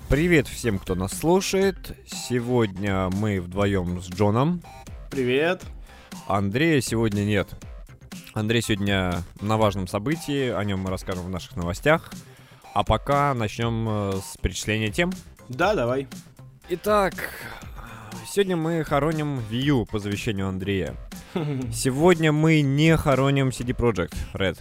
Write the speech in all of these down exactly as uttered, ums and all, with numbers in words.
Привет всем, кто нас слушает. Сегодня мы вдвоем с Джоном. Привет. Андрея сегодня нет. Андрей сегодня на важном событии, о нем мы расскажем в наших новостях. А пока начнем с перечисления тем. Да, давай. Итак, сегодня мы хороним Wii U по завещанию Андрея. Сегодня мы не хороним си ди Projekt Red.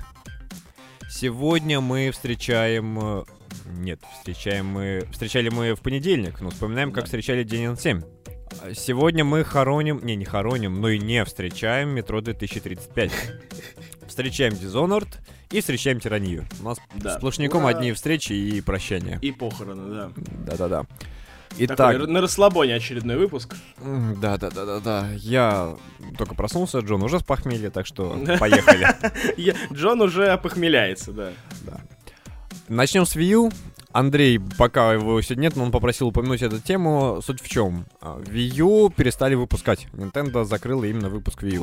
Сегодня мы встречаем... Нет, встречаем мы... Встречали мы в понедельник, но вспоминаем, как да. встречали день эн семь. Сегодня мы хороним... Не, не хороним, но и не встречаем Метро две тысячи тридцать пять. Встречаем Dishonored и встречаем Тиранию. У нас да. сплошняком Ура! Одни встречи и прощания. И похороны, да. Да-да-да. Итак, такой на расслабоне очередной выпуск. Да-да-да-да-да. Я только проснулся, Джон уже с похмелья, так что поехали. Джон уже опохмеляется, да. Начнем с Wii U. Андрей, пока его сегодня нет, но он попросил упомянуть эту тему. Суть в чем? Wii U перестали выпускать. Nintendo закрыла именно выпуск Wii U.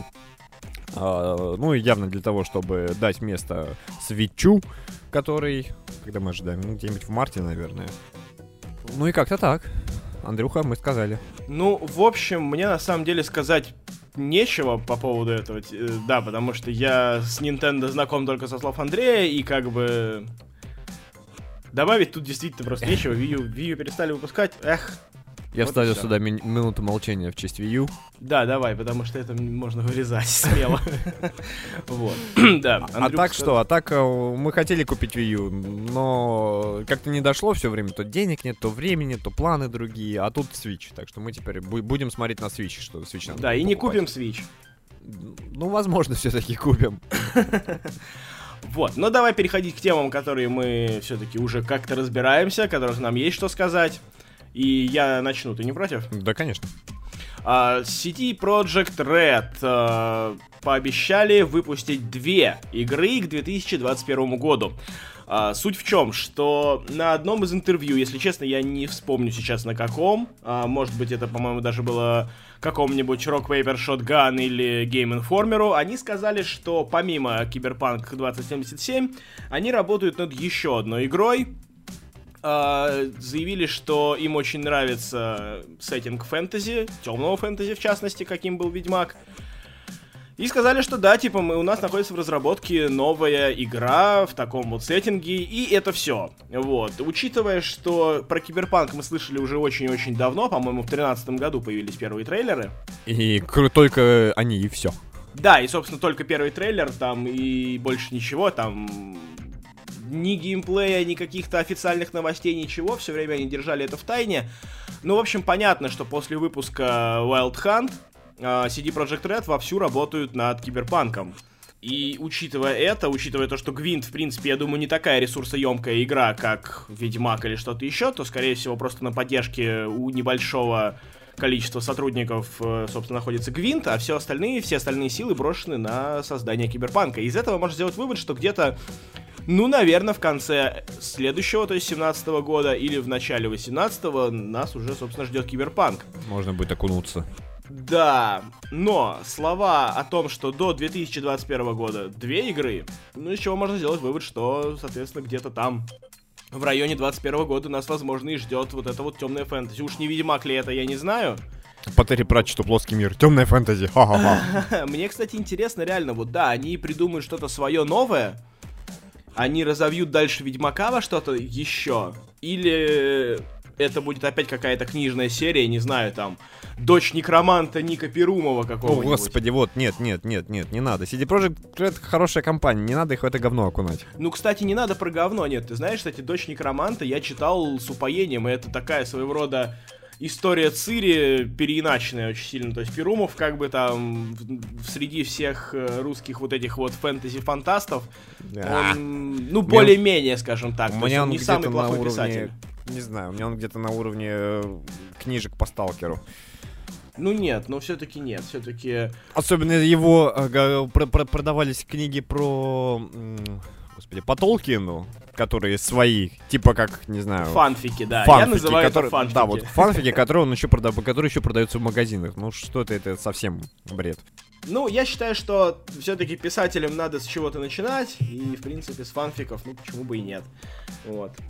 Uh, ну, явно для того, чтобы дать место Switch'у, который... Когда мы ожидаем? Ну, где-нибудь в марте, наверное. Ну и как-то так. Андрюха, мы сказали. Ну, в общем, мне на самом деле сказать нечего по поводу этого. Да, потому что я с Nintendo знаком только со слов Андрея, и как бы... Добавить тут действительно просто нечего. Wii U, Wii U перестали выпускать. Эх. Я вот вставлю сюда ми- минуту молчания в честь Wii U. Да, давай, потому что это можно вырезать смело. Вот. Да. А так что? А так мы хотели купить Wii U, но как-то не дошло все время. То денег нет, то времени, то планы другие. А тут Switch. Так что мы теперь будем смотреть на Switch, что Switch надо. Да, и не купим Switch. Ну, возможно, все-таки купим. Вот, но давай переходить к темам, которые мы все-таки уже как-то разбираемся, которых нам есть что сказать. И я начну, ты не против? Да, конечно. Uh, си ди Projekt Red uh, пообещали выпустить две игры к две тысячи двадцать первому году. Uh, суть в чем, что на одном из интервью, если честно, я не вспомню сейчас на каком, uh, может быть это, по-моему, даже было какому-нибудь Rock Paper Shotgun или Game Informer, они сказали, что помимо Cyberpunk двадцать семьдесят семь, они работают над еще одной игрой. Uh, заявили, что им очень нравится сеттинг фэнтези, темного фэнтези в частности, каким был Ведьмак. И сказали, что да, типа, мы, у нас находится в разработке новая игра в таком вот сеттинге, и это все. Вот. Учитывая, что про Киберпанк мы слышали уже очень-очень давно, по-моему, в тринадцатом году появились первые трейлеры. И только они, и все. Да, и, собственно, только первый трейлер, там, и больше ничего, там... Ни геймплея, ни каких-то официальных новостей, ничего. Все время они держали это в тайне. Ну, в общем, понятно, что после выпуска Wild Hunt uh, си ди Projekt Red вовсю работают над Киберпанком. И учитывая это, учитывая то, что Гвинт, в принципе, я думаю, не такая ресурсоемкая игра, как Ведьмак или что-то еще, то, скорее всего, просто на поддержке у небольшого количества сотрудников, собственно, находится Гвинт, а все остальные, все остальные силы брошены на создание Киберпанка. Из этого можно сделать вывод, что где-то ну, наверное, в конце следующего, то есть семнадцатого года, или в начале восемнадцатого нас уже, собственно, ждет Киберпанк. Можно будет окунуться. Да, но слова о том, что до две тысячи двадцать первого года две игры, ну, из чего можно сделать вывод, что, соответственно, где-то там, в районе двадцать первого года нас, возможно, и ждет вот это вот темная фэнтези. Уж не Ведьмак ли это, я не знаю. По Терри Пратчетту плоский мир, темная фэнтези, ха-ха-ха. Мне, кстати, интересно, реально, вот да, они придумают что-то свое новое, они разовьют дальше Ведьмака во что-то еще? Или это будет опять какая-то книжная серия, не знаю, там, дочь некроманта Ника Перумова какого-нибудь? О, господи, вот, нет, нет, нет, нет, не надо. си ди Projekt Red хорошая компания, не надо их в это говно окунать. Ну, кстати, не надо про говно, нет. Ты знаешь, кстати, дочь некроманта я читал с упоением, и это такая своего рода история Цири переиначенная очень сильно. То есть Перумов как бы там среди всех русских вот этих вот фэнтези-фантастов, да. он, ну, более-менее, скажем так. У меня он не самый плохой уровне, писатель. Не знаю, у меня он где-то на уровне книжек по Сталкеру. Ну нет, но все-таки нет, все-таки... Особенно его э, про- про- продавались книги про... Господи, по Толкину, которые свои, типа как, не знаю... Фанфики, да, фанфики, я называю которые, это фанфики. Да, вот фанфики, которые он еще прода... которые еще продаются в магазинах. Ну что это, это совсем бред. Ну, я считаю, что все-таки писателям надо с чего-то начинать, и, в принципе, с фанфиков, ну, почему бы и нет. Вот.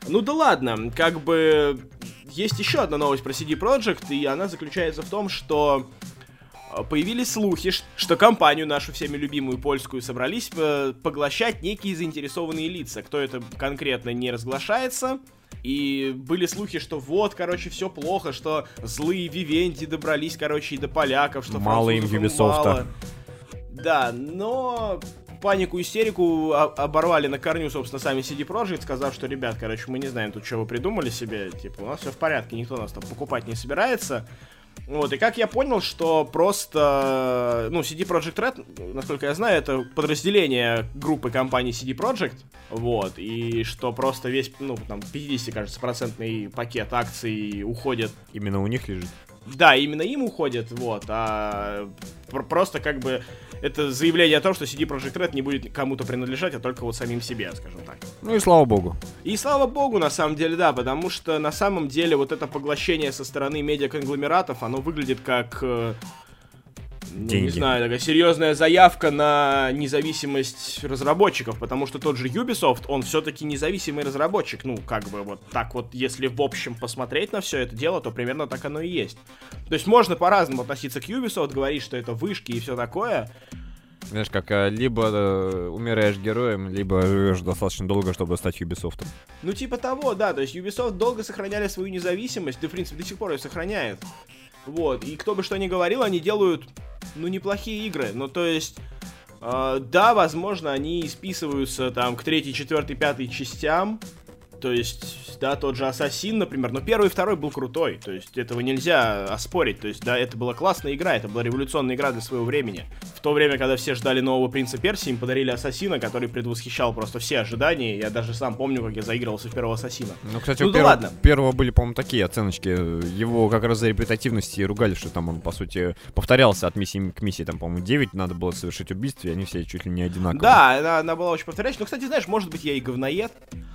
Ну да ладно, как бы есть еще одна новость про си ди Projekt, и она заключается в том, что появились слухи, что компанию нашу всеми любимую польскую собрались поглощать некие заинтересованные лица. Кто это конкретно, не разглашается. И были слухи, что вот, короче, все плохо, что злые Вивенди добрались, короче, и до поляков, что мало им Ubisoft. Да, но панику, истерику оборвали на корню, собственно, сами си ди Projekt, сказав, что, ребят, короче, мы не знаем тут, что вы придумали себе, типа, у нас все в порядке, никто нас там покупать не собирается. Вот, и как я понял, что просто, ну, си ди Projekt Red, насколько я знаю, это подразделение группы компаний си ди Projekt, вот, и что просто весь, ну, там, пятьдесят, кажется, процентный пакет акций уходит. Именно у них лежит? Да, именно им уходит, вот, а просто как бы это заявление о том, что си ди Projekt Red не будет кому-то принадлежать, а только вот самим себе, скажем так. Ну и слава богу. И слава богу, на самом деле, да, потому что на самом деле вот это поглощение со стороны медиаконгломератов, оно выглядит как, ну, не знаю, такая серьезная заявка на независимость разработчиков, потому что тот же Ubisoft, он все-таки независимый разработчик, ну, как бы вот так вот, если в общем посмотреть на все это дело, то примерно так оно и есть. То есть можно по-разному относиться к Ubisoft, говорить, что это вышки и все такое. Знаешь, как либо э, умираешь героем, либо живешь достаточно долго, чтобы стать Ubisoft. Ну, типа того, да, то есть Ubisoft долго сохраняли свою независимость, да, в принципе, до сих пор ее сохраняет. Вот, и кто бы что ни говорил, они делают, ну, неплохие игры. Ну, то есть, э, да, возможно, они списываются там к третьей, четвертой, пятой частям. То есть, да, тот же Ассасин, например, но первый и второй был крутой, то есть этого нельзя оспорить, то есть, да, это была классная игра, это была революционная игра для своего времени. В то время, когда все ждали нового Принца Персии, им подарили Ассасина, который предвосхищал просто все ожидания, я даже сам помню, как я заигрывался в первого Ассасина. Ну, кстати, ну, у да перв... ладно. первого были, по-моему, такие оценочки, его как раз за репетативность и ругали, что там он, по сути, повторялся от миссии к миссии, там, по-моему, девять надо было совершить убийств, и они все чуть ли не одинаковые. Да, она, она была очень повторяющей, но, кстати, знаешь, может быть, я и говноед,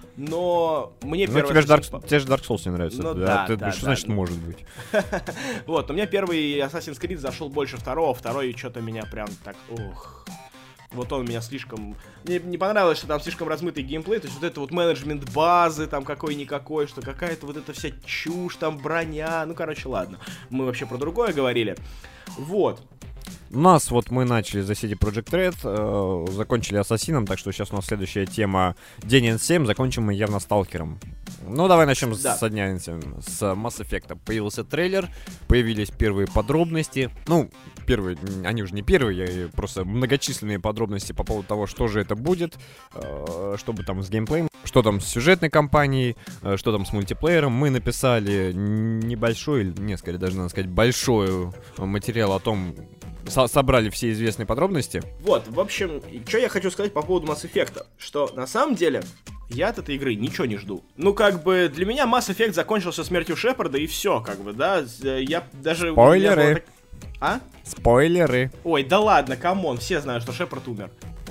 но мне ну, первый... Тебе же Dark... тебе же Dark Souls не нравится. Ну, да, да, ты, да, что да, значит да. может быть? Вот, у меня первый Assassin's Creed зашел больше второго, второй что-то меня прям так, ох... Вот он меня слишком... Мне не понравилось, что там слишком размытый геймплей, то есть вот это вот менеджмент базы там какой-никакой, что какая-то вот эта вся чушь, там броня, ну, короче, ладно. Мы вообще про другое говорили. Вот. У нас вот мы начали за си ди Projekt Red, э, закончили Ассасином, так что сейчас у нас следующая тема День эн семь, закончим мы явно Сталкером. Ну, давай начнем да. с дня эн семь, с Mass Effect. Появился трейлер, появились первые подробности. Ну, первые, они уже не первые, просто многочисленные подробности по поводу того, что же это будет, э, что бы там с геймплеем, что там с сюжетной кампанией, э, что там с мультиплеером. Мы написали небольшой, не, скорее даже надо сказать, большой материал о том, со- собрали все известные подробности. Вот, в общем, что я хочу сказать по поводу Mass Effect, что на самом деле я от этой игры ничего не жду. Ну, как бы, для меня Mass Effect закончился смертью Шепарда, и все, как бы, да, я даже... Спойлеры! Так... А? Спойлеры! Ой, да ладно, камон, все знают, что Шепард умер.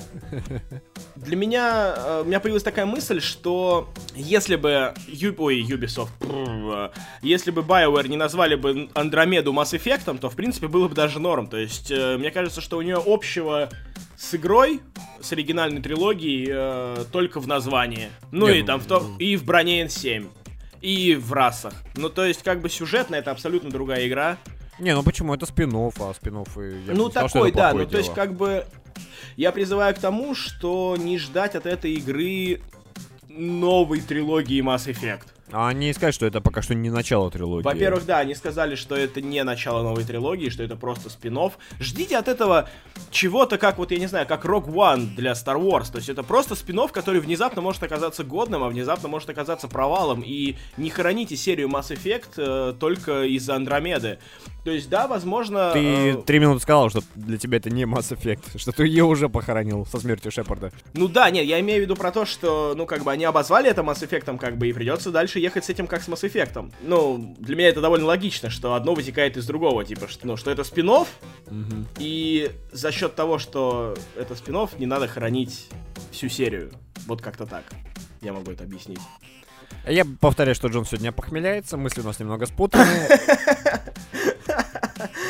Для меня, э, у меня появилась такая мысль, что если бы Ю, ой, Ubisoft, бррр, если бы BioWare не назвали бы Андромеду Mass Effect, то, в принципе, было бы даже норм. То есть, э, мне кажется, что у нее общего с игрой, с оригинальной трилогией, э, только в названии. Ну Нет, и там в том, и в броне эн семь, и в расах. Ну, то есть, как бы сюжетно, это абсолютно другая игра. Не, ну почему? Это спин-офф, а спин-оффы... Я ну, сказал, такой, да, ну, дело. то есть, как бы... Я призываю к тому, что не ждать от этой игры новой трилогии Mass Effect. А они скажут, что это пока что не начало трилогии. Во-первых, да, они сказали, что это не начало новой трилогии, что это просто спин-офф. Ждите от этого чего-то, как вот, я не знаю, как Rogue One для Star Wars. То есть это просто спин-офф, который внезапно может оказаться годным, а внезапно может оказаться провалом. И не хороните серию Mass Effect э, только из-за Андромеды. То есть, да, возможно... Ты э... три минуты сказал, что для тебя это не Mass Effect, что ты ее уже похоронил со смертью Шепарда. Ну да, нет, я имею в виду про то, что, ну, как бы, они обозвали это Mass Effect'ом, как бы, и придется дальше ехать с этим, как с Mass Effect'ом. Ну, для меня это довольно логично, что одно вытекает из другого, типа, что, ну, что это спин-офф, угу. И за счет того, что это спин-офф, не надо хоронить всю серию. Вот как-то так я могу это объяснить. Я повторяю, что Джон сегодня похмеляется, мысли у нас немного спутаны.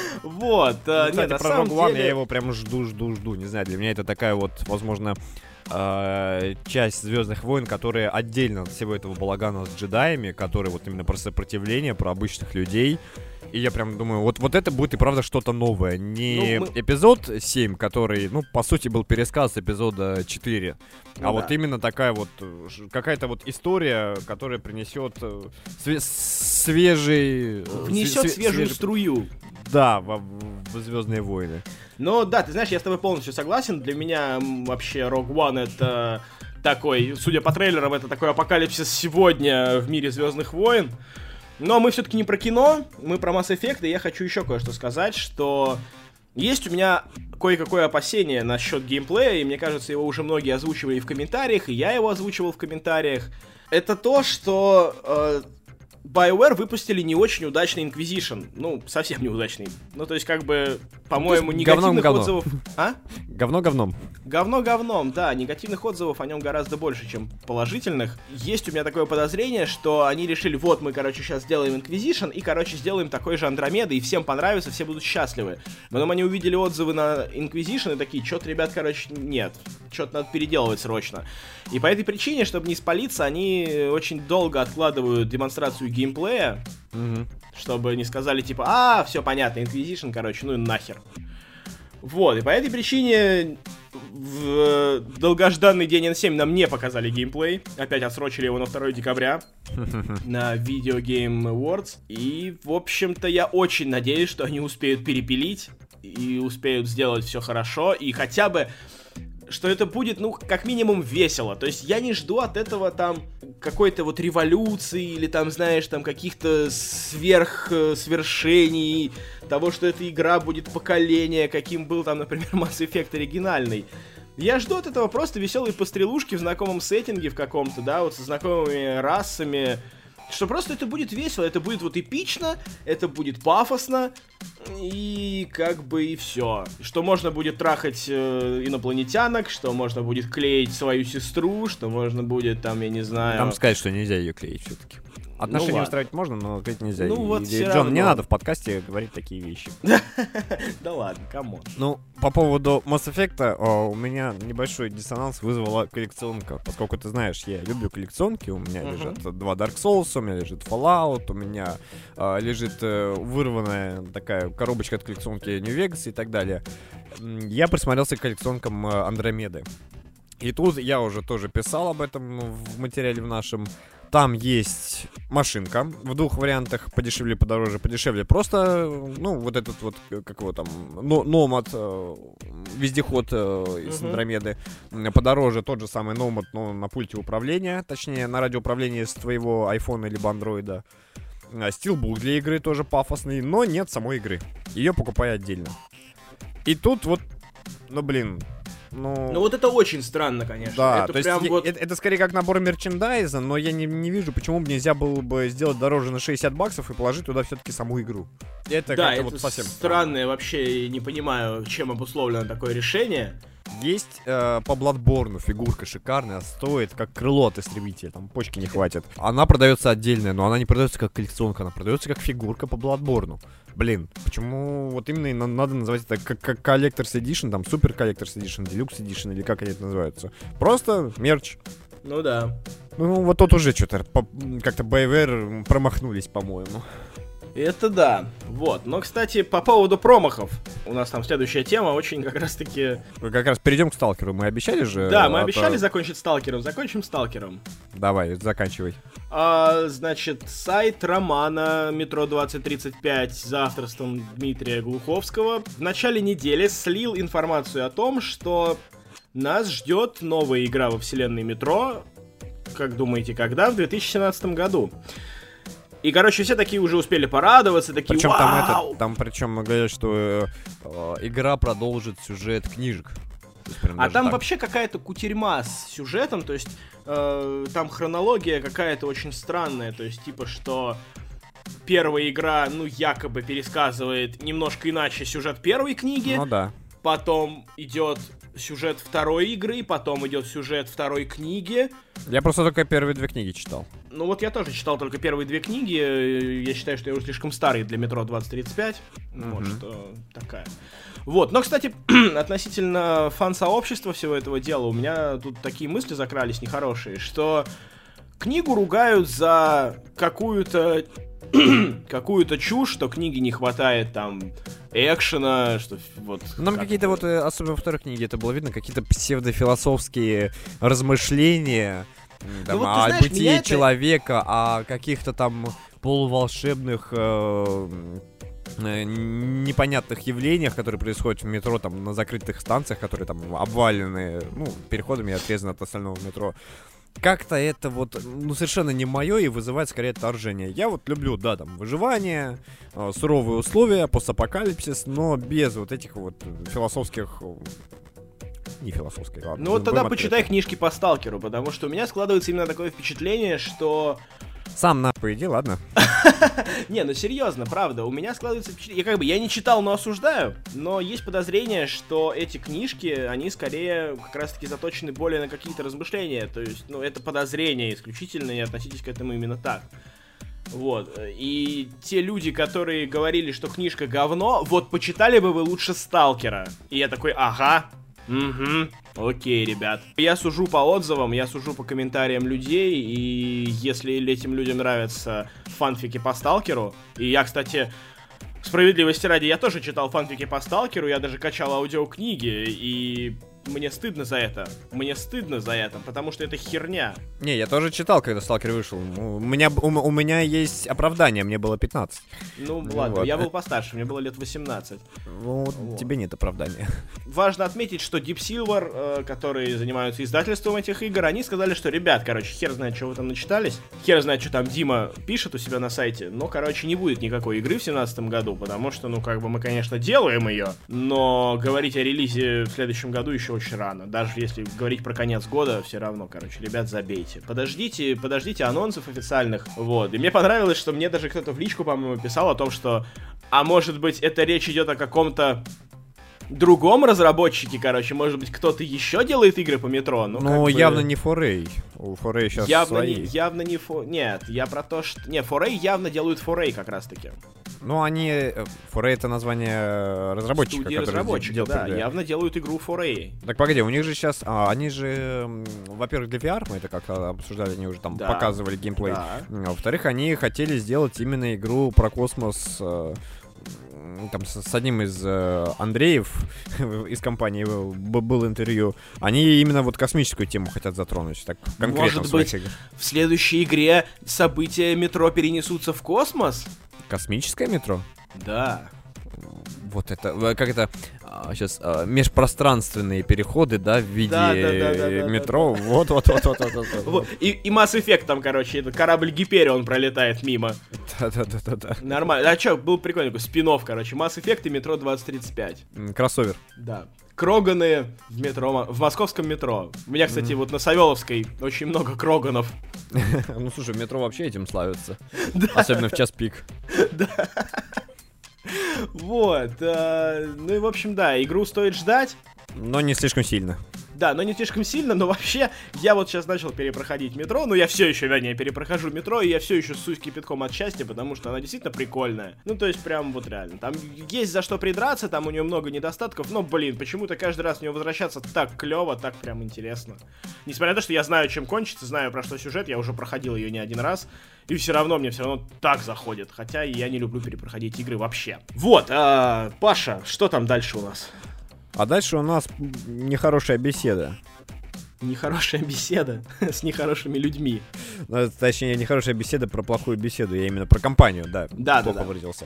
Вот. Ну, Нет, кстати, на про самом Rogue One деле... я его прям жду, жду, жду. Не знаю, для меня это такая вот, возможно, э, часть Звездных войн, которая отдельно от всего этого балагана с джедаями, который вот именно про сопротивление, про обычных людей. И я прям думаю, вот, вот это будет и правда что-то новое. Не Ну, мы- эпизод семь, который, ну, по сути, был пересказ эпизода четыре. Ну а вот да. именно такая вот, э, ж- какая-то вот история, которая принесет э, све- свежий... э, Внесет све- свежую свежий- струю. Да, в, в Звездные войны. Но да, ты знаешь, я с тобой полностью согласен. Для меня м, вообще Rogue One это такой, судя по трейлерам, это такой апокалипсис сегодня в мире Звездных войн. Но мы все-таки не про кино, мы про Mass Effect, и я хочу еще кое-что сказать, что есть у меня кое-какое опасение насчет геймплея, и мне кажется, его уже многие озвучивали в комментариях, и я его озвучивал в комментариях. Это то, что э, BioWare выпустили не очень удачный Inquisition. Ну, совсем неудачный. Ну, то есть, как бы, по-моему, есть негативных говном-говно. отзывов... А? Говно говном. Говно говном, да, негативных отзывов о нем гораздо больше, чем положительных. Есть у меня такое подозрение, что они решили, вот мы, короче, сейчас сделаем Inquisition, и, короче, сделаем такой же Андромеда, и всем понравится, все будут счастливы. Потом они увидели отзывы на Inquisition и такие, что-то, ребят, короче, нет, что-то надо переделывать срочно. И по этой причине, чтобы не спалиться, они очень долго откладывают демонстрацию геймплея, Мгм. чтобы не сказали, типа, а, все понятно, Inquisition, короче, ну и нахер. Вот, и по этой причине в долгожданный день эн семь нам не показали геймплей. Опять отсрочили его на второе декабря на Video Game Awards. И, в общем-то, я очень надеюсь, что они успеют перепилить и успеют сделать все хорошо. И хотя бы, что это будет, ну, как минимум весело. То есть я не жду от этого там какой-то вот революции или там, знаешь, там каких-то сверх э, свершений, того, что эта игра будет поколение, каким был там, например, Mass Effect оригинальный. Я жду от этого просто веселые пострелушки в знакомом сеттинге в каком-то, да, вот со знакомыми расами, что просто это будет весело, это будет вот эпично, это будет пафосно, и как бы и все. Что можно будет трахать э, инопланетянок, что можно будет клеить свою сестру, что можно будет там, я не знаю... Там сказать, что нельзя ее клеить все-таки. Отношения ладно. устраивать можно, но клеить нельзя. Ну И- вот и, всё Джон, равно. не надо в подкасте говорить такие вещи. Да ладно, камон. Ну, по поводу Mass Effect, о, у меня небольшой диссонанс вызвала коллекционка. Поскольку ты знаешь, я люблю коллекционки, у меня Мгм. лежат два Dark Souls, у меня лежит Fallout, у меня а, лежит э, вырванная такая коробочка от коллекционки New Vegas и так далее. М, Я присмотрелся к коллекционкам э, Андромеды. И тут я уже тоже писал об этом в материале в нашем. Там есть машинка в двух вариантах, подешевле, подороже, подешевле. Просто, ну, вот этот вот, как его там, но- Номад, э, вездеход э, из Мгм. Андромеды. М, Подороже тот же самый Номад, но на пульте управления, точнее, на радиоуправлении с твоего айфона либо андроида. А, Стилбук для игры тоже пафосный, но нет самой игры. Ее покупай отдельно. И тут вот, ну, блин, ну... Ну вот это очень странно, конечно. Да, это то есть прям я- вот... это, это скорее как набор мерчендайза, но я не, не вижу, почему бы нельзя было бы сделать дороже на шестьдесят баксов и положить туда все-таки саму игру. Это Да, как-то это вот совсем странное вообще, не понимаю, чем обусловлено такое решение. Есть э, по Bloodborne фигурка шикарная, стоит как крыло от истребителя, там почки не хватит. Она продается отдельная, но она не продается как коллекционка, она продается как фигурка по Bloodborne. Блин, почему вот именно и на- надо называть это как, как Collector's Edition, там Super Collector's Edition, Deluxe Edition или как они это называются? Просто мерч. Ну да. Ну вот тут уже что-то по- как-то BioWare промахнулись, по-моему. Это да. Вот. Но, кстати, по поводу промахов. У нас там следующая тема очень как раз-таки... Как раз перейдем к Сталкеру. Мы обещали же... Да, мы а то- обещали закончить Сталкером. Закончим Сталкером. Давай, заканчивай. А, значит, сайт романа «Метро двадцать тридцать пять» за авторством Дмитрия Глуховского в начале недели слил информацию о том, что нас ждет новая игра во вселенной Метро. Как думаете, когда? В две тысячи семнадцатом году. И, короче, все такие уже успели порадоваться, такие, Причем там вау! это, там причем говорят, что э, э, игра продолжит сюжет книжек. То есть прям А даже там так. вообще какая-то кутерьма с сюжетом, то есть э, там хронология какая-то очень странная, то есть типа что первая игра, ну, якобы пересказывает немножко иначе сюжет первой книги, Ну да. потом идет сюжет второй игры, потом идет сюжет второй книги. Я просто только первые две книги читал. Ну вот я тоже читал только первые две книги. Я считаю, что я уже слишком старый для Метро двадцать тридцать пять. Mm-hmm. Вот что такая. Вот, но, кстати, относительно фан-сообщества всего этого дела, у меня тут такие мысли закрались нехорошие, что книгу ругают за какую-то какую-то чушь, что книги не хватает там экшена, что вот... Нам какие-то вот, особенно во второй книге это было видно, какие-то псевдофилософские размышления там, ну, вот, о знаешь, бытии это... человека, о каких-то там полуволшебных... Э- непонятных явлениях, которые происходят в метро, там, на закрытых станциях, которые там обвалены, ну, переходами отрезаны от остального метро. Как-то это вот, ну, совершенно не мое и вызывает скорее отторжение. Я вот люблю, да, там, выживание, э, суровые условия, постапокалипсис, но без вот этих вот философских... Не философских, ладно. Ну вот тогда почитай книжки по Сталкеру, потому что у меня складывается именно такое впечатление, что... Сам на иди, ладно. Не, ну серьезно, правда, у меня складывается впечатление, я как бы, я не читал, но осуждаю, но есть подозрение, что эти книжки, они скорее как раз-таки заточены более на какие-то размышления, то есть, ну, это подозрение исключительно, и относитесь к этому именно так. Вот, и те люди, которые говорили, что книжка говно, вот почитали бы вы лучше Сталкера. И я такой, ага, угу, окей, ребят. Я сужу по отзывам, я сужу по комментариям людей, и если этим людям нравятся фанфики по Сталкеру, и я, кстати, справедливости ради, я тоже читал фанфики по Сталкеру, я даже качал аудиокниги, и... Мне стыдно за это. Мне стыдно за это, потому что это херня. Не, я тоже читал, когда Сталкер вышел. У меня, у, у меня есть оправдание, мне было пятнадцать. Ну, ну ладно, вот. Я был постарше, мне было лет восемнадцать. Ну, вот. Тебе нет оправдания. Важно отметить, что Deep Silver, э, которые занимаются издательством этих игр, они сказали, что, ребят, короче, хер знает, что вы там начитались. Хер знает, что там Дима пишет у себя на сайте. Но, короче, не будет никакой игры в семнадцатом году, потому что, ну, как бы мы, конечно, делаем ее, но говорить о релизе в следующем году еще очень рано. Даже если говорить про конец года, все равно, короче, ребят, забейте. Подождите, подождите анонсов официальных. Вот. И мне понравилось, что мне даже кто-то в личку, по-моему, писал о том, что, а может быть, это речь идет о каком-то другом разработчике, короче, может быть, кто-то еще делает игры по метро, ну, ну как явно бы... не фор эй. У фор эй сейчас явно свои. Не, явно не фор... Нет, я про то, что... Не, фор эй явно делают фор эй как раз-таки. Ну, они... фор эй это название разработчика, Студии который разработчика, делает, да, да, явно делают игру фор эй. Так, погоди, у них же сейчас... А, они же, во-первых, для ви ар, мы это как-то обсуждали, они уже там да. показывали геймплей. Да. Во-вторых, они хотели сделать именно игру про космос... Там с, с одним из э, Андреев из компании был интервью. Они именно вот космическую тему хотят затронуть. Так конкретно. Может быть, играх. В следующей игре события метро перенесутся в космос? Космическое метро? Да. Вот это, как это, сейчас, межпространственные переходы, да, в виде да, да, да, да, метро, вот-вот-вот-вот-вот. И, и Mass Effect там, короче, это корабль Гиперион пролетает мимо. Да-да-да-да. Нормально. А чё, был прикольный такой спин-офф, короче, Mass Effect и метро двадцать тридцать пять. Кроссовер. Да. Кроганы в метро, в московском метро. У меня, кстати, mm-hmm. вот на Савеловской очень много кроганов. Ну, слушай, метро вообще этим славится. Особенно в час пик. Да. Вот, э, ну и в общем, да, игру стоит ждать. Но не слишком сильно. Да, но не слишком сильно, но вообще, я вот сейчас начал перепроходить метро, но я все еще, вернее, перепрохожу метро, и я все еще сусь кипятком от счастья, потому что она действительно прикольная. Ну, то есть, прям вот реально. Там есть за что придраться, там у нее много недостатков, но, блин, почему-то каждый раз в нее возвращаться так клево, так прям интересно. Несмотря на то, что я знаю, чем кончится, знаю, про что сюжет, я уже проходил ее не один раз, и все равно мне все равно так заходит, хотя я не люблю перепроходить игры вообще. Вот, а, Паша, что там дальше у нас? А дальше у нас нехорошая беседа. Нехорошая беседа с нехорошими людьми. Ну, точнее, нехорошая беседа про плохую беседу. Я именно про компанию, да. Да, плохо да, да. выразился.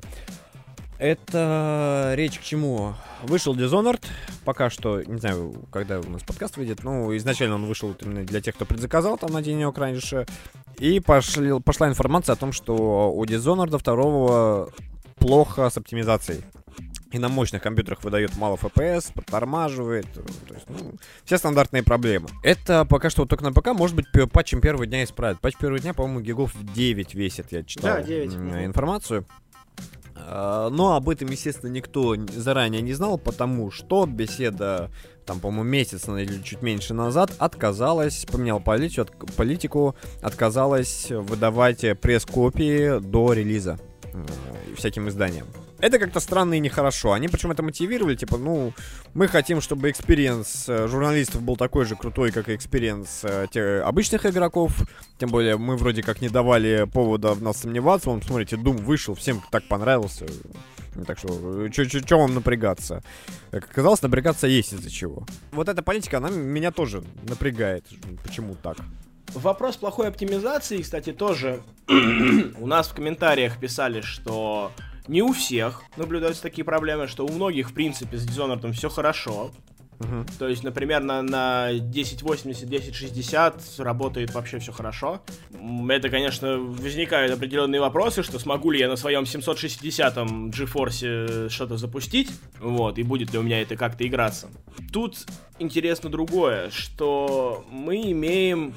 Это речь к чему? Вышел Dishonored. Пока что, не знаю, когда у нас подкаст выйдет. Ну, изначально он вышел именно для тех, кто предзаказал там на денек раньше. И пошли, пошла информация о том, что у Dishonored второго плохо с оптимизацией. И на мощных компьютерах выдает мало эф пи эс, подтормаживает. То есть, ну, все стандартные проблемы. Это пока что вот только на ПК. Может быть, патчем первого дня исправят. Патч первого дня, по-моему, гигов девять весит. Я читал да, девять. Информацию. Но об этом, естественно, никто заранее не знал, потому что беседа там, по-моему, месяц или чуть меньше назад отказалась, поменяла политику, политику отказалась выдавать пресс-копии до релиза э, всяким изданиям. Это как-то странно и нехорошо. Они причем это мотивировали, типа, ну, мы хотим, чтобы экспириенс журналистов был такой же крутой, как и экспириенс э, обычных игроков. Тем более, мы вроде как не давали повода в нас сомневаться. Вон, смотрите, Doom вышел, всем так понравился. Так что, что вам напрягаться? Как оказалось, напрягаться есть из-за чего. Вот эта политика, она меня тоже напрягает. Почему так? Вопрос плохой оптимизации, кстати, тоже у нас в комментариях писали, что не у всех наблюдаются такие проблемы, что у многих, в принципе, с Dishonored все хорошо. Uh-huh. То есть, например, на, на десять восемьдесят, десять шестьдесят работает вообще все хорошо. Это, конечно, возникают определенные вопросы, что смогу ли я на своем семьсот шестидесятом GeForce что-то запустить, вот, и будет ли у меня это как-то играться. Тут интересно другое, что мы имеем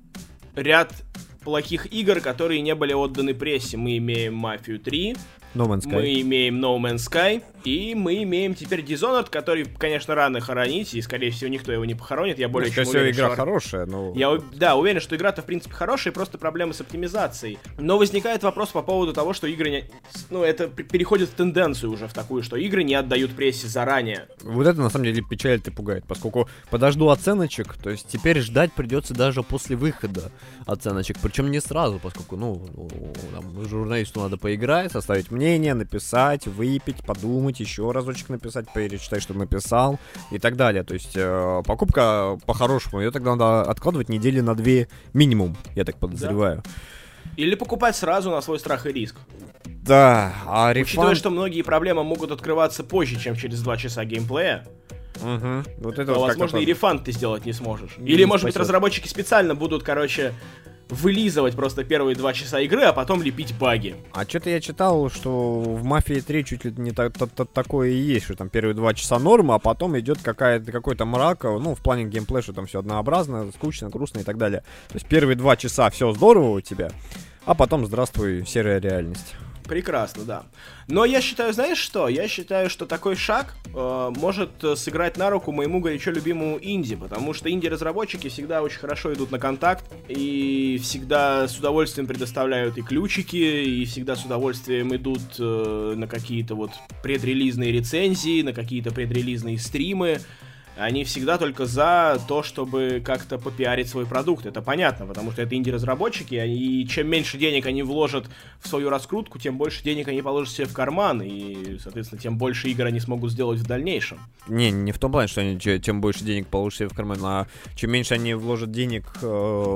ряд плохих игр, которые не были отданы прессе. Мы имеем Мафию три, No Man's Sky. Мы имеем No Man's Sky, и мы имеем теперь Dishonored, который, конечно, рано хоронить, и, скорее всего, никто его не похоронит. Я более ну, чем скорее уверен, всего, игра что... хорошая, но... Я, да, уверен, что игра-то, в принципе, хорошая, просто проблемы с оптимизацией. Но возникает вопрос по поводу того, что игры не... Ну, это переходит в тенденцию уже в такую, что игры не отдают прессе заранее. Вот это, на самом деле, печалит и пугает, поскольку подожду оценочек, то есть теперь ждать придется даже после выхода оценочек, причем не сразу, поскольку, ну, там, журналисту надо поиграть, составить мнение, написать, выпить, подумать, еще разочек написать, перечитать, что написал и так далее. То есть э, покупка по-хорошему, ее тогда надо откладывать недели на две минимум, я так подозреваю. Да. Или покупать сразу на свой страх и риск. Да, а рефанд... Учитывая, что многие проблемы могут открываться позже, чем через два часа геймплея, угу. Вот это то, вот возможно, и рефанд ты сделать не сможешь. Не Или, может спасет. быть, разработчики специально будут, короче, вылизывать просто первые два часа игры, а потом лепить баги. А что-то я читал, что в Мафии три чуть ли не та- та- та- такое и есть, что там первые два часа норма, а потом идет какая-то, какой-то мрак, ну, в плане геймплея, что там все однообразно, скучно, грустно и так далее. То есть первые два часа все здорово у тебя, а потом здравствуй, серая реальность. Прекрасно, да. Но я считаю, знаешь что? Я считаю, что такой шаг э, может сыграть на руку моему горячо любимому инди, потому что инди-разработчики всегда очень хорошо идут на контакт и всегда с удовольствием предоставляют и ключики, и всегда с удовольствием идут э, на какие-то вот предрелизные рецензии, на какие-то предрелизные стримы. Они всегда только за то, чтобы как-то попиарить свой продукт. Это понятно, потому что это инди-разработчики, и чем меньше денег они вложат в свою раскрутку, тем больше денег они положат себе в карман, и, соответственно, тем больше игр они смогут сделать в дальнейшем. Не, не в том плане, что они тем больше денег положат себе в карман, а чем меньше они вложат денег э,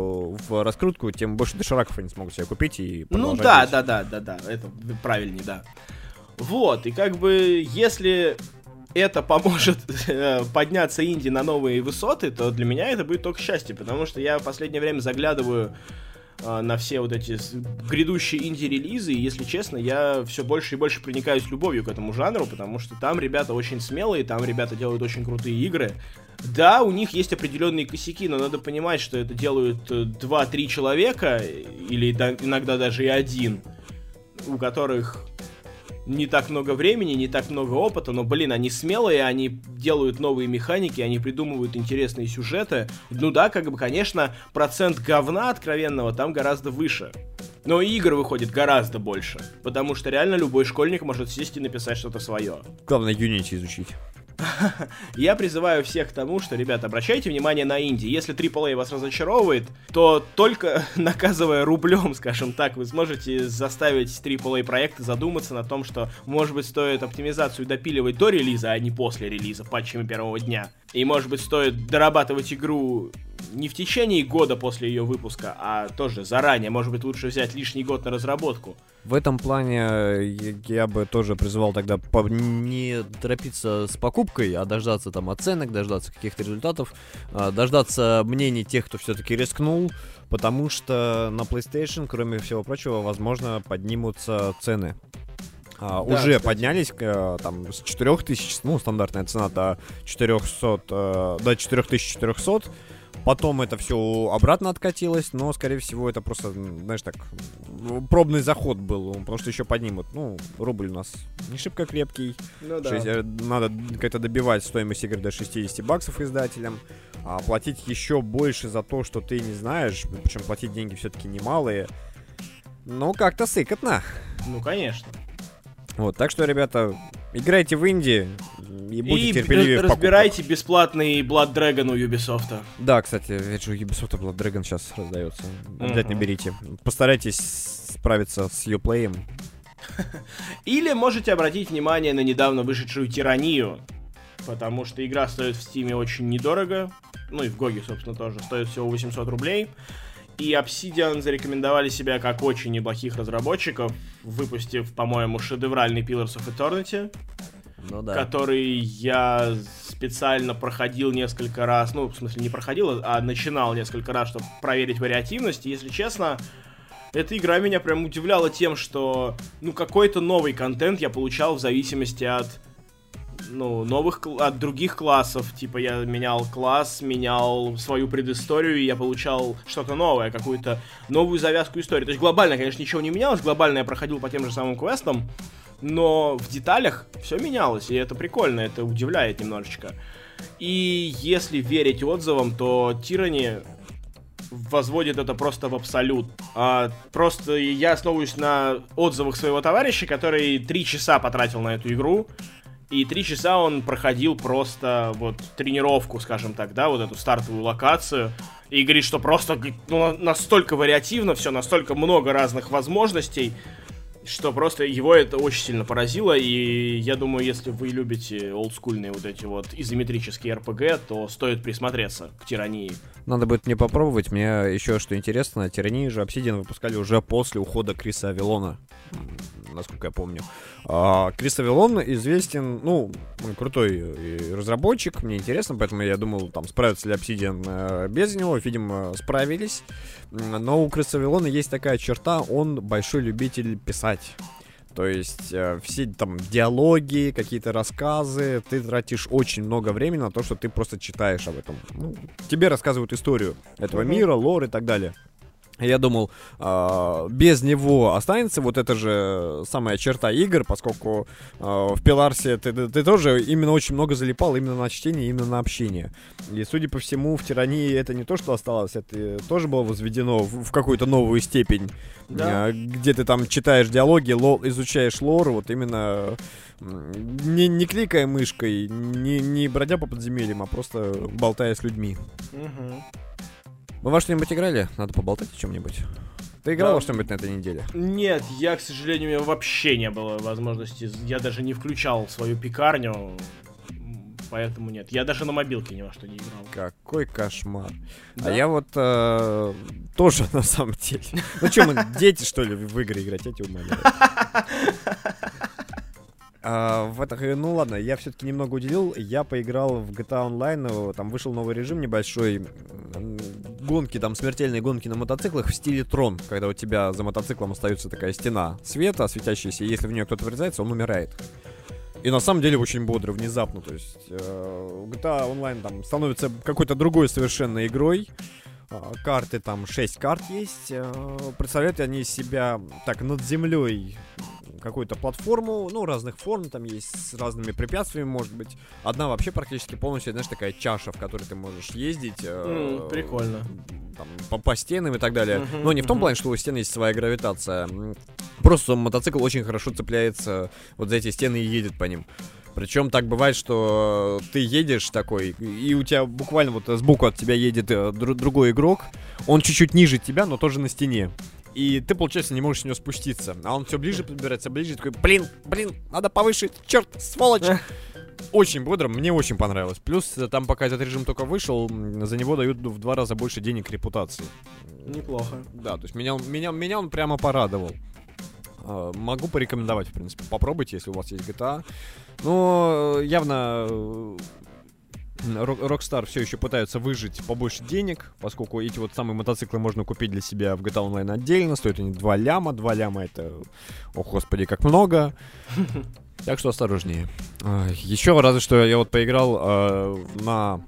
в раскрутку, тем больше дошираков они смогут себе купить и продолжать. Ну да, да, да, да, да, это правильнее, да. Вот, и как бы, если... это поможет э, подняться инди на новые высоты, то для меня это будет только счастье, потому что я в последнее время заглядываю э, на все вот эти грядущие инди-релизы, и, если честно, я все больше и больше проникаюсь любовью к этому жанру, потому что там ребята очень смелые, там ребята делают очень крутые игры. Да, у них есть определенные косяки, но надо понимать, что это делают два-три человека, или да, иногда даже и один, у которых... не так много времени, не так много опыта, но, блин, они смелые, они делают новые механики, они придумывают интересные сюжеты. Ну да, как бы, конечно, процент говна откровенного там гораздо выше. Но и игр выходит гораздо больше, потому что реально любой школьник может сесть и написать что-то свое. Главное, Unity изучить. Я призываю всех к тому, что, ребята, обращайте внимание на инди. Если трипл эй вас разочаровывает, то только наказывая рублем, скажем так, вы сможете заставить трипл эй проекты задуматься на том, что, может быть, стоит оптимизацию допиливать до релиза, а не после релиза, патчами первого дня. И, может быть, стоит дорабатывать игру не в течение года после ее выпуска, а тоже заранее. Может быть, лучше взять лишний год на разработку. В этом плане я, я бы тоже призывал тогда по- не торопиться с покупкой, а дождаться там оценок, дождаться каких-то результатов, а, дождаться мнений тех, кто все-таки рискнул, потому что на PlayStation, кроме всего прочего, возможно, поднимутся цены. А, да, уже кстати. Поднялись а, там с четырех тысяч, ну, стандартная цена до четырехсот, а, до четыре тысячи четыреста. Потом это все обратно откатилось, но, скорее всего, это просто, знаешь, так, пробный заход был, потому что еще поднимут. Ну, рубль у нас не шибко крепкий. Ну да. шесть, надо как-то добивать стоимость игр до шестьдесят баксов издателям, а платить еще больше за то, что ты не знаешь, причем платить деньги все-таки немалые. Ну, как-то сыкотно. Ну, конечно. Вот, так что, ребята, играйте в инди и будьте и терпеливее в покупках. разбирайте бесплатный Blood Dragon у Ubisoft. Да, кстати, ведь же у Ubisoft Blood Dragon сейчас раздается. Обязательно Uh-huh. берите. Постарайтесь справиться с Uplay. Или можете обратить внимание на недавно вышедшую Тиранию, потому что игра стоит в Steam очень недорого, ну и в Гоге, собственно, тоже, стоит всего восемьсот рублей. И Obsidian зарекомендовали себя как очень неплохих разработчиков, выпустив, по-моему, шедевральный Pillars of Eternity, Ну да. который я специально проходил несколько раз, ну, в смысле, не проходил, а начинал несколько раз, чтобы проверить вариативность. И, если честно, эта игра меня прям удивляла тем, что, ну, какой-то новый контент я получал в зависимости от, ну, новых, от других классов. Типа, я менял класс, менял свою предысторию, и я получал что-то новое, какую-то новую завязку истории. То есть глобально, конечно, ничего не менялось, глобально я проходил по тем же самым квестам, но в деталях все менялось, и это прикольно, это удивляет немножечко. И если верить отзывам, то Tyranny возводит это просто в абсолют. А, просто я основываюсь на отзывах своего товарища, который три часа потратил на эту игру. И три часа он проходил просто вот тренировку, скажем так, да, вот эту стартовую локацию. И говорит, что просто ну, настолько вариативно все, настолько много разных возможностей, что просто его это очень сильно поразило. И я думаю, если вы любите олдскульные вот эти вот изометрические эр пи джи, то стоит присмотреться к Тирании. Надо будет мне попробовать. Мне еще что интересно, Тирании же Obsidian выпускали уже после ухода Криса Авилона, насколько я помню. А, Крис Авилон известен, ну, крутой разработчик, мне интересно, поэтому я думал, там, справятся ли Obsidian без него. Видимо, справились. Но у Криса Авилона есть такая черта, он большой любитель писать. То есть э, все там диалоги, какие-то рассказы, ты тратишь очень много времени на то, что ты просто читаешь об этом. Ну, тебе рассказывают историю этого uh-huh. мира, лор и так далее. Я думал, э, без него останется вот эта же самая черта игр, поскольку э, в Пиларсе ты, ты тоже именно очень много залипал именно на чтение, именно на общение. И, судя по всему, в Тирании это не то, что осталось, это тоже было возведено в, в какую-то новую степень, да. э, где ты там читаешь диалоги, ло, изучаешь лор, вот именно э, не, не кликая мышкой, не, не бродя по подземельям, а просто болтая с людьми. Угу. Вы во что-нибудь играли? Надо поболтать о чем-нибудь. Ты играл да. во что-нибудь на этой неделе? Нет, я, к сожалению, у меня вообще не было возможности. Я даже не включал свою пекарню, поэтому нет. Я даже на мобилке ни во что не играл. Какой кошмар. Да? А я вот э, тоже на самом деле. Ну что, мы дети, что ли, в игры играть? Я тебя умоляю. А, в это, ну ладно, я все-таки немного уделил. Я поиграл в джи ти эй Online. Там вышел новый режим небольшой. Гонки, там смертельные гонки на мотоциклах в стиле Трон. Когда у тебя за мотоциклом остается такая стена света, светящаяся, и если в нее кто-то врезается, он умирает. И на самом деле очень бодро, внезапно. То есть э, джи ти эй Online там становится какой-то другой совершенно игрой. Э, карты там, шесть карт есть. Э, представляют они из себя так над землей какую-то платформу, ну, разных форм, там есть с разными препятствиями, может быть. Одна вообще практически полностью, знаешь, такая чаша, в которой ты можешь ездить. Э, mm, прикольно. Там, по, по стенам и так далее. Uh-huh, Но не в том uh-huh. плане, что у стены есть своя гравитация. Просто мотоцикл очень хорошо цепляется вот за эти стены и едет по ним. Причем так бывает, что ты едешь такой, и у тебя буквально вот сбоку от тебя едет дру- другой игрок. Он чуть-чуть ниже тебя, но тоже на стене. И ты, получается, не можешь с него спуститься. А он все ближе подбирается, ближе, такой, блин, блин, надо повыше, черт, сволочь. Очень бодро, мне очень понравилось. Плюс там, пока этот режим только вышел, за него дают в два раза больше денег репутации. Неплохо. Да, то есть меня, меня, меня он прямо порадовал. Могу порекомендовать, в принципе. Попробуйте, если у вас есть джи ти эй. Но явно Rockstar все еще пытаются выжить побольше денег, поскольку эти вот самые мотоциклы можно купить для себя в джи ти эй Online отдельно. Стоят они два ляма. два ляма это, о господи, как много. Так что осторожнее. Еще разве что я вот поиграл э, на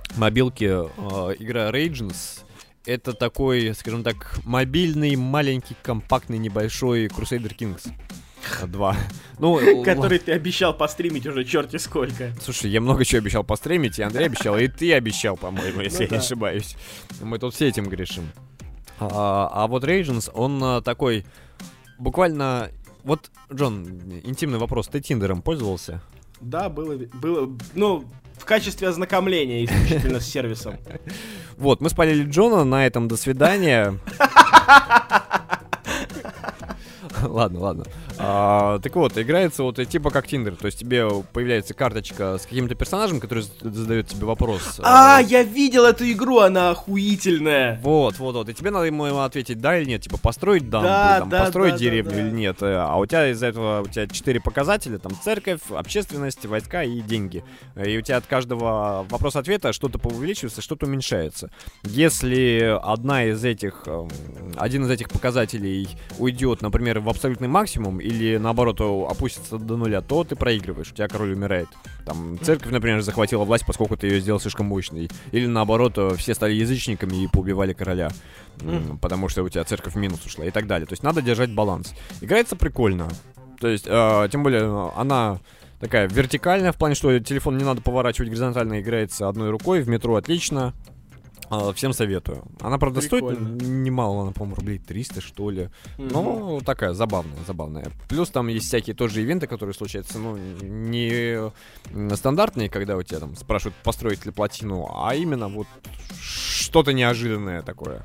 мобилке э, игра Origins. Это такой, скажем так, мобильный, маленький, компактный, небольшой Crusader Kings два. Ну, который ты обещал постримить уже черти сколько. Слушай, я много чего обещал постримить, и Андрей обещал, и ты обещал, по-моему, если ну, я да. не ошибаюсь. Мы тут все этим грешим. А, а вот Origins, он а, такой, буквально... Вот, Джон, интимный вопрос, ты Тиндером пользовался? Да, было, было, ну, в качестве ознакомления исключительно с сервисом. Вот, мы спалили Джона, на этом до свидания. Ладно, ладно. А, так вот, играется вот типа как Тиндер. То есть тебе появляется карточка с каким-то персонажем, который задает тебе вопрос. А, а, я видел эту игру, она охуительная. Вот, вот, вот. И тебе надо ему ответить да или нет. Типа построить дамбу, да, там, да, построить да, деревню да, да. или нет. А у тебя из-за этого у тебя четыре показателя. Там церковь, общественность, войска и деньги. И у тебя от каждого вопрос-ответа что-то увеличивается, что-то уменьшается. Если одна из этих, один из этих показателей уйдет, например, в абсолютный максимум, или наоборот опустится до нуля, то ты проигрываешь, у тебя король умирает. Там церковь, например, захватила власть, поскольку ты ее сделал слишком мощной. Или наоборот, все стали язычниками и поубивали короля, mm. потому что у тебя церковь в минус ушла и так далее. То есть надо держать баланс. Играется прикольно. То есть, э, тем более, она такая вертикальная, в плане, что телефон не надо поворачивать горизонтально, играется одной рукой, в метро отлично. Всем советую. Она, правда, прикольно. Стоит немало, она, по-моему, рублей триста, что ли. Mm-hmm. Но такая забавная, забавная. Плюс там есть всякие тоже ивенты, которые случаются, ну, не стандартные, когда у тебя там спрашивают, построить ли плотину, а именно вот что-то неожиданное такое.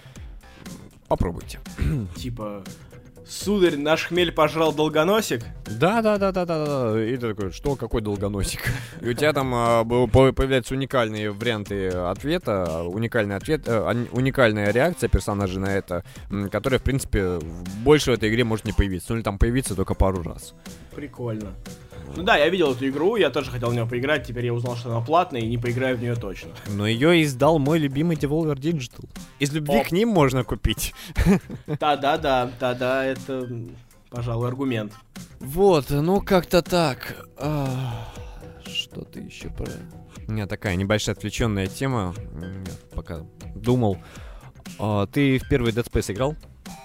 Попробуйте. Типа... Сударь, наш хмель пожрал долгоносик? Да, да, да, да, да, да. И ты такой, что, какой долгоносик? И у тебя там а, появляются уникальные варианты ответа, уникальный ответ, э, уникальная реакция персонажа на это, которая, в принципе, больше в этой игре может не появиться. Ну или там появиться только пару раз. Прикольно. Ну да, я видел эту игру, я тоже хотел в нее поиграть, теперь я узнал, что она платная, и не поиграю в нее точно. Но ее издал мой любимый Devolver Digital. Из любви О. к ним можно купить. Да-да-да, да-да, это, пожалуй, аргумент. Вот, ну как-то так. А, что-то еще про... У меня такая небольшая отвлеченная тема, я пока думал. А, ты в первый Dead Space играл?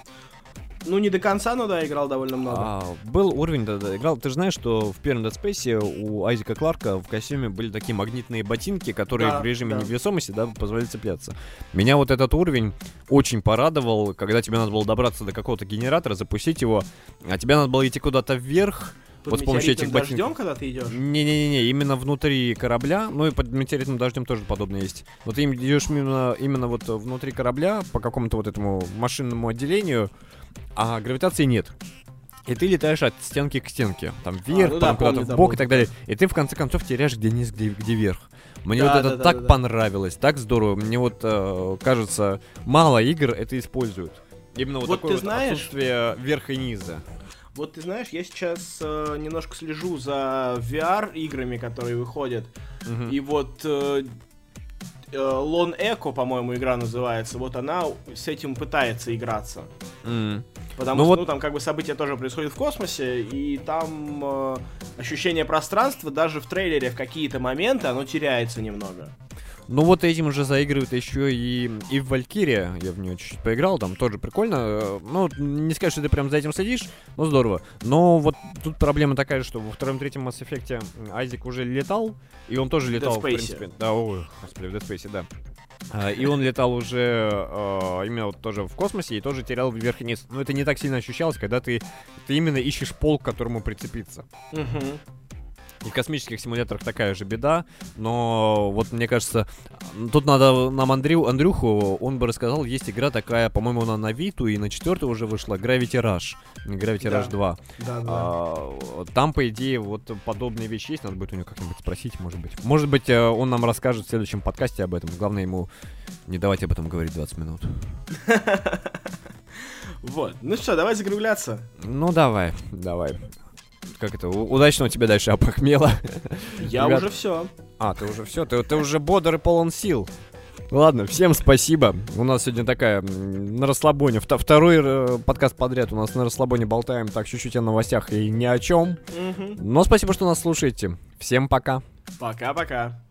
Ну, не до конца, но да, играл довольно много. А, был уровень, да, да, играл. Ты же знаешь, что в первом Dead Space у Айзека Кларка в костюме были такие магнитные ботинки, которые да, в режиме да. невесомости, да, позволяли цепляться. Меня вот этот уровень очень порадовал, когда тебе надо было добраться до какого-то генератора, запустить его, а тебе надо было идти куда-то вверх. Под вот с помощью этих ботинков. Дождем, когда ты идешь? Не-не-не, именно внутри корабля. Ну и под метеоритным дождем тоже подобное есть. Вот ты идешь именно, именно вот внутри корабля по какому-то вот этому машинному отделению, а гравитации нет. И ты летаешь от стенки к стенке. Там вверх, а, ну потом да, куда-то в бок и так далее. И ты в конце концов теряешь где низ, где, где верх. Мне да, вот это да, так да, понравилось, да. так здорово. Мне вот э, кажется, мало игр это используют. Именно вот, вот такое вот знаешь... отсутствие верха и низа. Вот ты знаешь, я сейчас э, немножко слежу за ви ар-играми, которые выходят. Uh-huh. И вот э, э, Lone Echo, по-моему, игра называется, вот она с этим пытается играться. Uh-huh. Потому ну что, вот... ну, там как бы события тоже происходят в космосе, и там э, ощущение пространства даже в трейлере в какие-то моменты оно теряется немного. Ну вот этим уже заигрывают еще и, и в Валькирия, я в нее чуть-чуть поиграл, там тоже прикольно. Ну, не скажешь, что ты прям за этим следишь, но здорово. Но вот тут проблема такая, что во втором-третьем Mass Effect Айзек уже летал, и он тоже летал, в принципе. Да, ой, господи, в Dead Space, да. Uh, и он летал уже uh, именно вот тоже в космосе и тоже терял вверх и вниз. Но это не так сильно ощущалось, когда ты, ты именно ищешь пол, к которому прицепиться. Uh-huh. И в космических симуляторах такая же беда, но вот мне кажется, тут надо нам Андрю, Андрюху, он бы рассказал, есть игра такая, по-моему, она на Виту и на четвертую уже вышла, Gravity Rush, Gravity да. Rush два. Да, да. А, там, по идее, вот подобные вещи есть, надо будет у него как-нибудь спросить, может быть. Может быть, он нам расскажет в следующем подкасте об этом, главное ему не давать об этом говорить двадцать минут. Вот, ну что, давай закругляться. Ну давай, давай. Как это? Удачного тебе дальше опохмела. Я Ребят... уже все. А, ты уже все? Ты, ты уже бодр и полон сил. Ладно, всем спасибо. У нас сегодня такая на расслабоне. Второй э, подкаст подряд у нас на расслабоне болтаем так чуть-чуть о новостях и ни о чем. Угу. Но спасибо, что нас слушаете. Всем пока. Пока-пока.